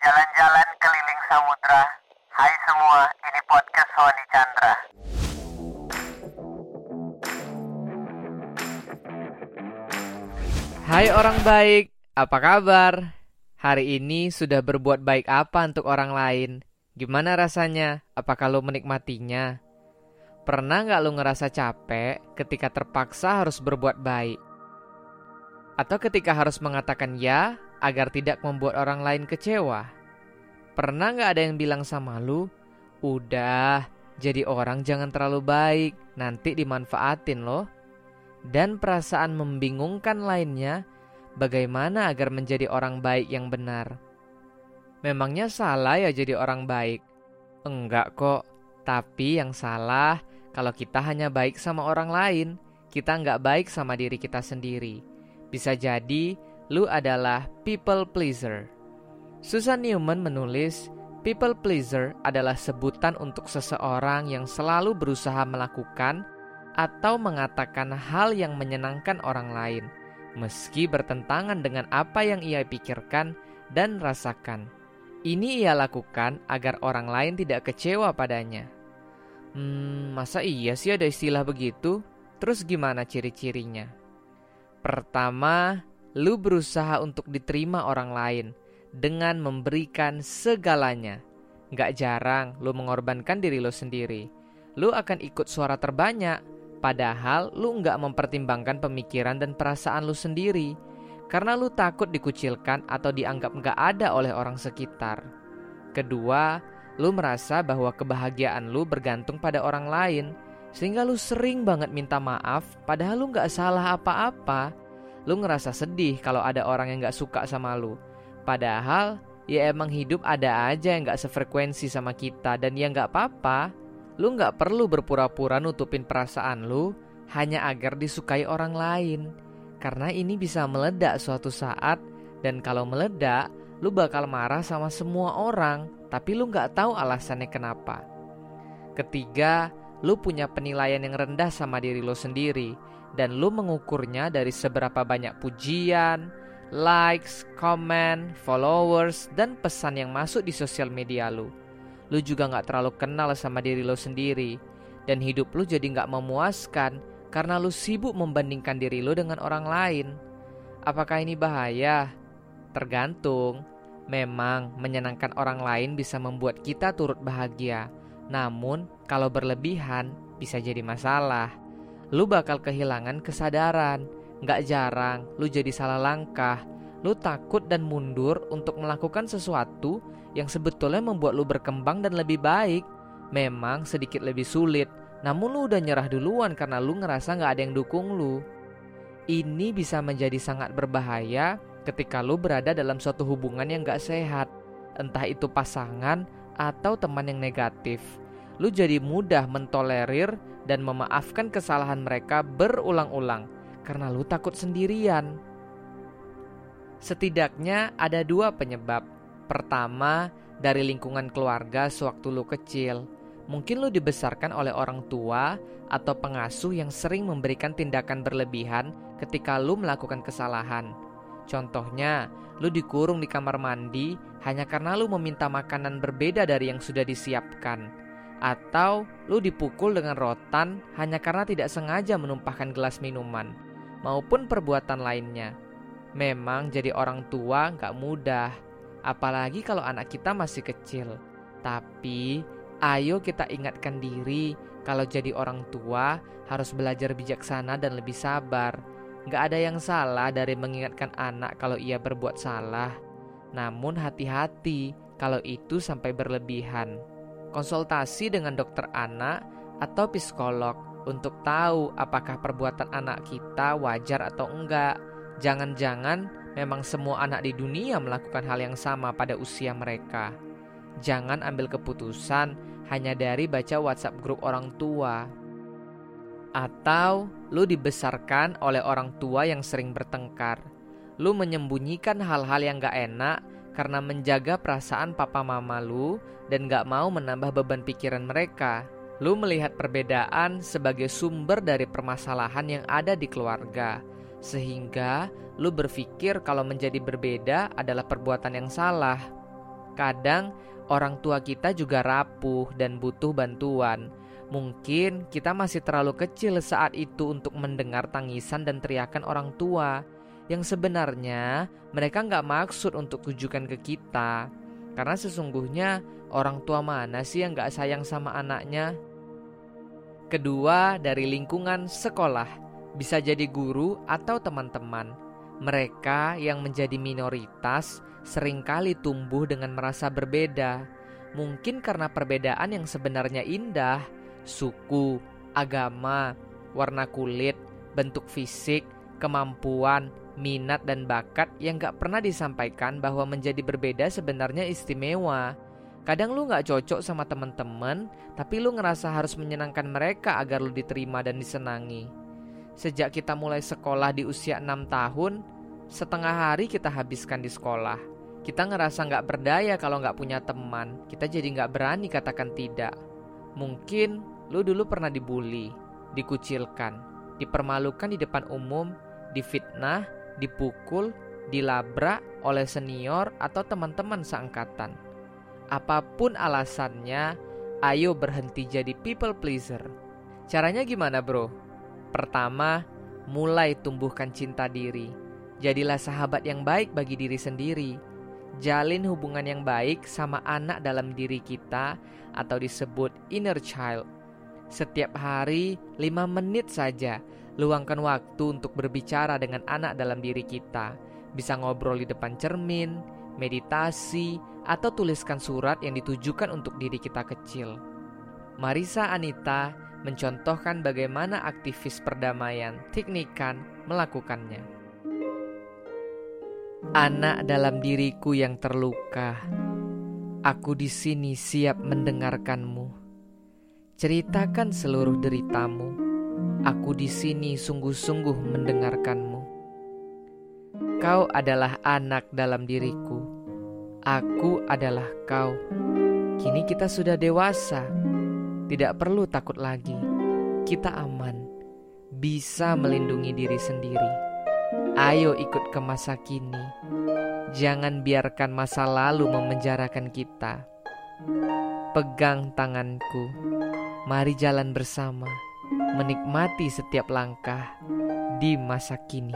Jalan-jalan keliling samudra. Hai semua, ini podcast Sony Chandra. Hai orang baik, apa kabar? Hari ini sudah berbuat baik apa untuk orang lain? Gimana rasanya? Apakah lo menikmatinya? Pernah gak lo ngerasa capek ketika terpaksa harus berbuat baik? Atau ketika harus mengatakan ya agar tidak membuat orang lain kecewa? Pernah gak ada yang bilang sama lo, udah, jadi orang jangan terlalu baik, nanti dimanfaatin loh? Dan perasaan membingungkan lainnya, bagaimana agar menjadi orang baik yang benar? Memangnya salah ya jadi orang baik? Enggak kok, tapi yang salah kalau kita hanya baik sama orang lain, kita nggak baik sama diri kita sendiri. Bisa jadi lu adalah people pleaser. Susan Newman menulis, people pleaser adalah sebutan untuk seseorang yang selalu berusaha melakukan atau mengatakan hal yang menyenangkan orang lain, meski bertentangan dengan apa yang ia pikirkan dan rasakan. Ini ia lakukan agar orang lain tidak kecewa padanya. Masa iya sih ada istilah begitu? Terus gimana ciri-cirinya? Pertama, lu berusaha untuk diterima orang lain dengan memberikan segalanya. Gak jarang lu mengorbankan diri lu sendiri. Lu akan ikut suara terbanyak, padahal lu gak mempertimbangkan pemikiran dan perasaan lu sendiri, karena lu takut dikucilkan atau dianggap gak ada oleh orang sekitar. Kedua, lu merasa bahwa kebahagiaan lu bergantung pada orang lain, sehingga lu sering banget minta maaf padahal lu gak salah apa-apa. Lu ngerasa sedih kalau ada orang yang gak suka sama lu, padahal ya emang hidup ada aja yang gak sefrekuensi sama kita, dan ya gak apa-apa. Lu gak perlu berpura-pura nutupin perasaan lu hanya agar disukai orang lain, karena ini bisa meledak suatu saat, dan kalau meledak, lu bakal marah sama semua orang, tapi lu gak tahu alasannya kenapa. Ketiga, lu punya penilaian yang rendah sama diri lu sendiri, dan lu mengukurnya dari seberapa banyak pujian, likes, komen, followers, dan pesan yang masuk di sosial media lu. Lu juga gak terlalu kenal sama diri lu sendiri, dan hidup lu jadi gak memuaskan karena lu sibuk membandingkan diri lu dengan orang lain. Apakah ini bahaya? Tergantung. Memang menyenangkan orang lain bisa membuat kita turut bahagia, namun kalau berlebihan bisa jadi masalah. Lu bakal kehilangan kesadaran. Gak jarang lu jadi salah langkah. Lu takut dan mundur untuk melakukan sesuatu yang sebetulnya membuat lu berkembang dan lebih baik. Memang sedikit lebih sulit, namun lu udah nyerah duluan karena lu ngerasa gak ada yang dukung lu. Ini bisa menjadi sangat berbahaya ketika lu berada dalam suatu hubungan yang gak sehat, entah itu pasangan atau teman yang negatif. Lu jadi mudah mentolerir dan memaafkan kesalahan mereka berulang-ulang karena lu takut sendirian. Setidaknya ada 2 penyebab. Pertama, dari lingkungan keluarga sewaktu lu kecil. Mungkin lu dibesarkan oleh orang tua atau pengasuh yang sering memberikan tindakan berlebihan ketika lu melakukan kesalahan. Contohnya, lu dikurung di kamar mandi hanya karena lu meminta makanan berbeda dari yang sudah disiapkan. Atau lu dipukul dengan rotan hanya karena tidak sengaja menumpahkan gelas minuman, maupun perbuatan lainnya. Memang jadi orang tua gak mudah, apalagi kalau anak kita masih kecil. Tapi ayo kita ingatkan diri kalau jadi orang tua harus belajar bijaksana dan lebih sabar. Gak ada yang salah dari mengingatkan anak kalau ia berbuat salah. Namun hati-hati kalau itu sampai berlebihan. Konsultasi dengan dokter anak atau psikolog untuk tahu apakah perbuatan anak kita wajar atau enggak. Jangan-jangan memang semua anak di dunia melakukan hal yang sama pada usia mereka. Jangan ambil keputusan hanya dari baca WhatsApp grup orang tua. Atau lu dibesarkan oleh orang tua yang sering bertengkar. Lu menyembunyikan hal-hal yang gak enak karena menjaga perasaan papa mama lu dan gak mau menambah beban pikiran mereka. Lu melihat perbedaan sebagai sumber dari permasalahan yang ada di keluarga, sehingga lu berpikir kalau menjadi berbeda adalah perbuatan yang salah. Kadang orang tua kita juga rapuh dan butuh bantuan. Mungkin kita masih terlalu kecil saat itu untuk mendengar tangisan dan teriakan orang tua, yang sebenarnya mereka nggak maksud untuk tujukan ke kita. Karena sesungguhnya orang tua mana sih yang nggak sayang sama anaknya? Kedua, dari lingkungan sekolah, bisa jadi guru atau teman-teman. Mereka yang menjadi minoritas seringkali tumbuh dengan merasa berbeda. Mungkin karena perbedaan yang sebenarnya indah, suku, agama, warna kulit, bentuk fisik, kemampuan, minat dan bakat yang gak pernah disampaikan bahwa menjadi berbeda sebenarnya istimewa. Kadang lu gak cocok sama teman-teman, tapi lu ngerasa harus menyenangkan mereka agar lu diterima dan disenangi. Sejak kita mulai sekolah di usia 6 tahun, setengah hari kita habiskan di sekolah. Kita ngerasa gak berdaya kalau gak punya teman. Kita jadi gak berani katakan tidak. Mungkin lu dulu pernah dibully, dikucilkan, dipermalukan di depan umum, difitnah, dipukul, dilabrak oleh senior atau teman-teman seangkatan. Apapun alasannya, ayo berhenti jadi people pleaser. Caranya gimana bro? Pertama, mulai tumbuhkan cinta diri. Jadilah sahabat yang baik bagi diri sendiri. Jalin hubungan yang baik sama anak dalam diri kita atau disebut inner child. Setiap hari 5 menit saja luangkan waktu untuk berbicara dengan anak dalam diri kita. Bisa ngobrol di depan cermin, meditasi, atau tuliskan surat yang ditujukan untuk diri kita kecil. Marisa Anita mencontohkan bagaimana aktivis perdamaian Thich Nhat Hanh melakukannya. Anak dalam diriku yang terluka, aku di sini siap mendengarkanmu. Ceritakan seluruh deritamu. Aku di sini sungguh-sungguh mendengarkanmu. Kau adalah anak dalam diriku. Aku adalah kau. Kini kita sudah dewasa. Tidak perlu takut lagi. Kita aman. Bisa melindungi diri sendiri. Ayo ikut ke masa kini. Jangan biarkan masa lalu memenjarakan kita. Pegang tanganku. Mari jalan bersama, menikmati setiap langkah di masa kini.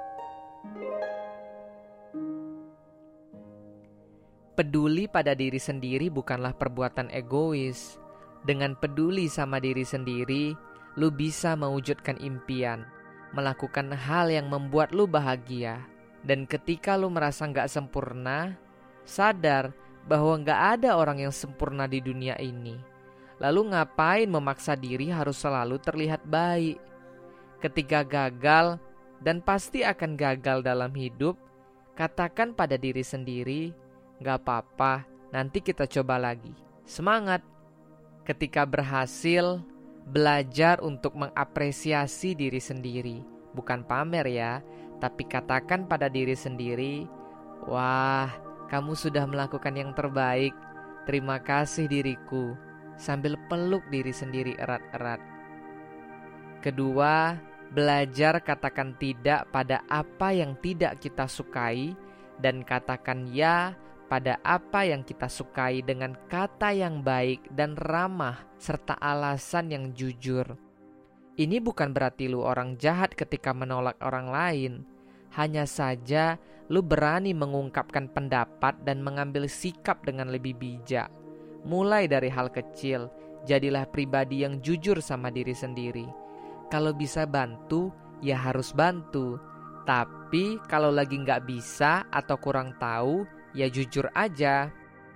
Peduli pada diri sendiri bukanlah perbuatan egois. Dengan peduli sama diri sendiri, lu bisa mewujudkan impian, melakukan hal yang membuat lu bahagia. Dan ketika lu merasa gak sempurna, sadar bahwa gak ada orang yang sempurna di dunia ini. Lalu ngapain memaksa diri harus selalu terlihat baik? Ketika gagal, dan pasti akan gagal dalam hidup, katakan pada diri sendiri, gak apa-apa, nanti kita coba lagi. Semangat! Ketika berhasil, belajar untuk mengapresiasi diri sendiri. Bukan pamer ya, tapi katakan pada diri sendiri, wah, kamu sudah melakukan yang terbaik. Terima kasih diriku. Sambil peluk diri sendiri erat-erat. Kedua, belajar katakan tidak pada apa yang tidak kita sukai dan katakan ya pada apa yang kita sukai dengan kata yang baik dan ramah serta alasan yang jujur. Ini bukan berarti lu orang jahat ketika menolak orang lain. Hanya saja lu berani mengungkapkan pendapat dan mengambil sikap dengan lebih bijak. Mulai dari hal kecil, jadilah pribadi yang jujur sama diri sendiri. Kalau bisa bantu, ya harus bantu. Tapi kalau lagi gak bisa atau kurang tahu, ya jujur aja.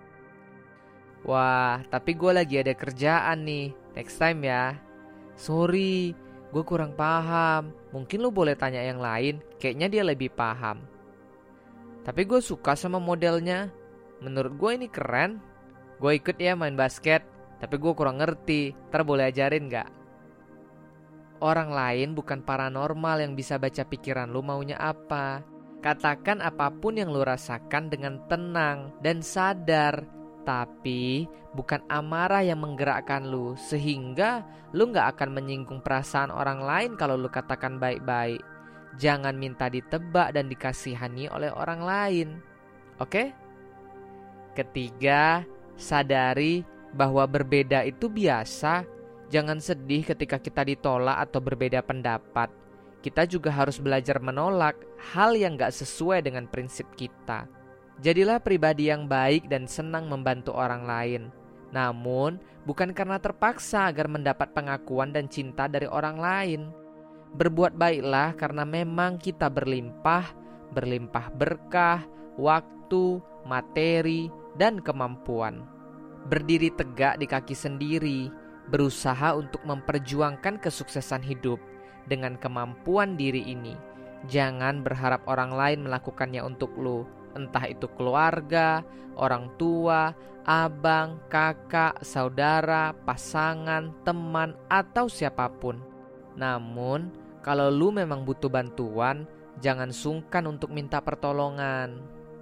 Wah, tapi gue lagi ada kerjaan nih, next time ya. Sorry, gue kurang paham. Mungkin lo boleh tanya yang lain, kayaknya dia lebih paham. Tapi gue suka sama modelnya. Menurut gue ini keren. Gue ikut ya main basket, tapi gue kurang ngerti. Ntar boleh ajarin gak? Orang lain bukan paranormal yang bisa baca pikiran lu maunya apa. Katakan apapun yang lu rasakan dengan tenang dan sadar. Tapi bukan amarah yang menggerakkan lu, sehingga lu gak akan menyinggung perasaan orang lain kalau lu katakan baik-baik. Jangan minta ditebak dan dikasihani oleh orang lain. Oke? Ketiga, sadari bahwa berbeda itu biasa. Jangan sedih ketika kita ditolak atau berbeda pendapat. Kita juga harus belajar menolak hal yang gak sesuai dengan prinsip kita. Jadilah pribadi yang baik dan senang membantu orang lain. Namun, bukan karena terpaksa agar mendapat pengakuan dan cinta dari orang lain. Berbuat baiklah karena memang kita berlimpah berkah, waktu, materi, dan kemampuan. Berdiri tegak di kaki sendiri, berusaha untuk memperjuangkan kesuksesan hidup dengan kemampuan diri ini. Jangan berharap orang lain melakukannya untuk lo, entah itu keluarga, orang tua, abang, kakak, saudara, pasangan, teman, atau siapapun. Namun, kalau lu memang butuh bantuan, jangan sungkan untuk minta pertolongan.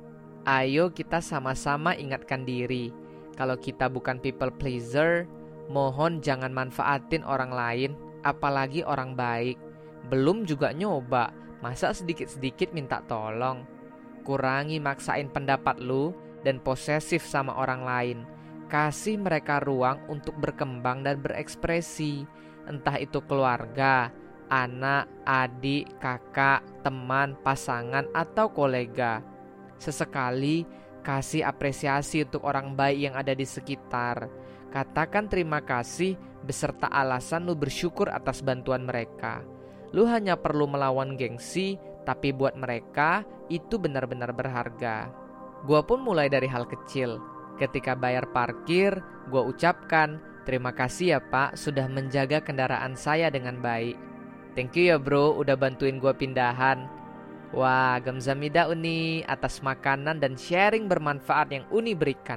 Ayo kita sama-sama ingatkan diri, kalau kita bukan people pleaser, mohon jangan manfaatin orang lain, apalagi orang baik. Belum juga nyoba, masa sedikit-sedikit minta tolong. Kurangi maksain pendapat lu dan posesif sama orang lain. Kasih mereka ruang untuk berkembang dan berekspresi, entah itu keluarga, anak, adik, kakak, teman, pasangan, atau kolega. Sesekali kasih apresiasi untuk orang baik yang ada di sekitar. Katakan terima kasih beserta alasan lu bersyukur atas bantuan mereka. Lu hanya perlu melawan gengsi, tapi buat mereka itu benar-benar berharga. Gua pun mulai dari hal kecil. Ketika bayar parkir, gua ucapkan, terima kasih ya Pak sudah menjaga kendaraan saya dengan baik. Thank you ya bro udah bantuin gua pindahan. Wah, gamzamida Uni atas makanan dan sharing bermanfaat yang Uni berikan.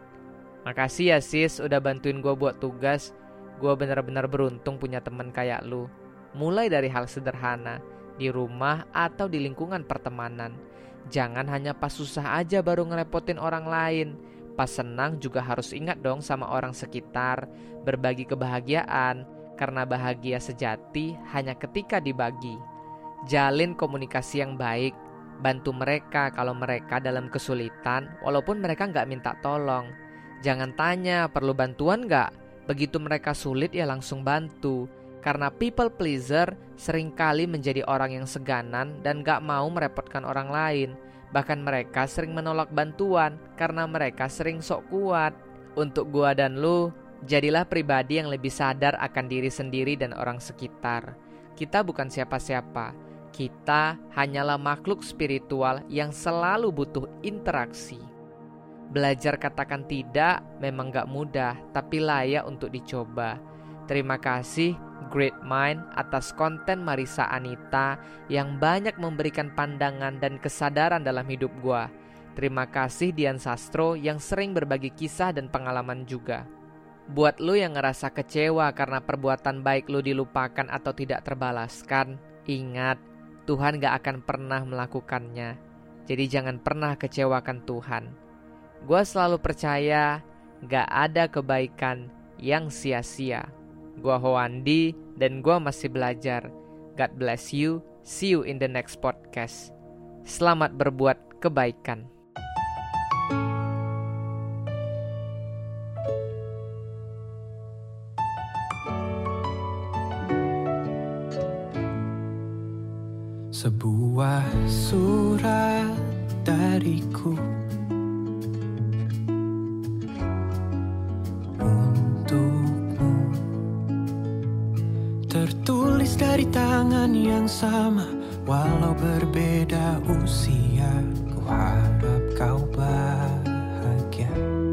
Makasih ya sis udah bantuin gue buat tugas. Gue benar-benar beruntung punya teman kayak lu. Mulai dari hal sederhana, di rumah atau di lingkungan pertemanan. Jangan hanya pas susah aja baru ngerepotin orang lain. Pas senang juga harus ingat dong sama orang sekitar. Berbagi kebahagiaan, karena bahagia sejati hanya ketika dibagi. Jalin komunikasi yang baik. Bantu mereka kalau mereka dalam kesulitan, walaupun mereka gak minta tolong. Jangan tanya perlu bantuan gak? Begitu mereka sulit ya langsung bantu. Karena people pleaser seringkali menjadi orang yang seganan dan gak mau merepotkan orang lain. Bahkan mereka sering menolak bantuan karena mereka sering sok kuat. Untuk gua dan lu, jadilah pribadi yang lebih sadar akan diri sendiri dan orang sekitar. Kita bukan siapa-siapa. Kita hanyalah makhluk spiritual yang selalu butuh interaksi. Belajar katakan tidak memang gak mudah, tapi layak untuk dicoba. Terima kasih Great Mind atas konten Marisa Anita yang banyak memberikan pandangan dan kesadaran dalam hidup gua. Terima kasih Dian Sastro yang sering berbagi kisah dan pengalaman juga. Buat lu yang ngerasa kecewa karena perbuatan baik lu dilupakan atau tidak terbalaskan, ingat, Tuhan gak akan pernah melakukannya. Jadi jangan pernah kecewakan Tuhan. Gua selalu percaya gak ada kebaikan yang sia-sia. Gua Hoandi dan gua masih belajar. God bless you. See you in the next podcast. Selamat berbuat kebaikan. Sebuah surat dariku untukmu, tertulis dari tangan yang sama. Walau berbeda usia, ku harap kau bahagia.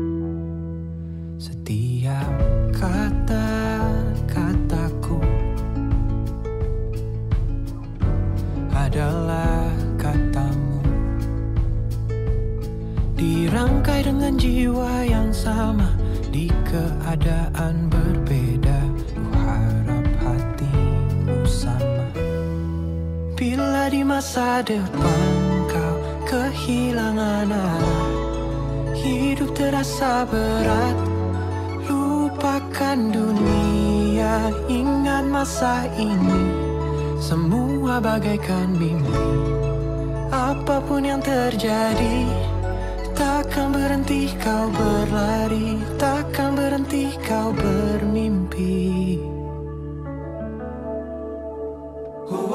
Setiap kata-kataku adalah katamu, dirangkai dengan jiwa yang sama. Di keadaan berbeda, ku harap hatimu sama. Bila di masa depan kau kehilangan arah, hidup terasa berat, lupakan dunia, ingat masa ini, semua bagaikan mimpi. Apapun yang terjadi, Takkan berhenti kau berlari, takkan berhenti kau bermimpi.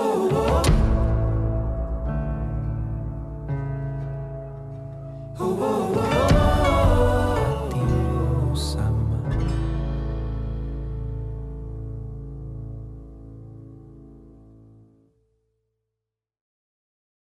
Oh, oh, oh.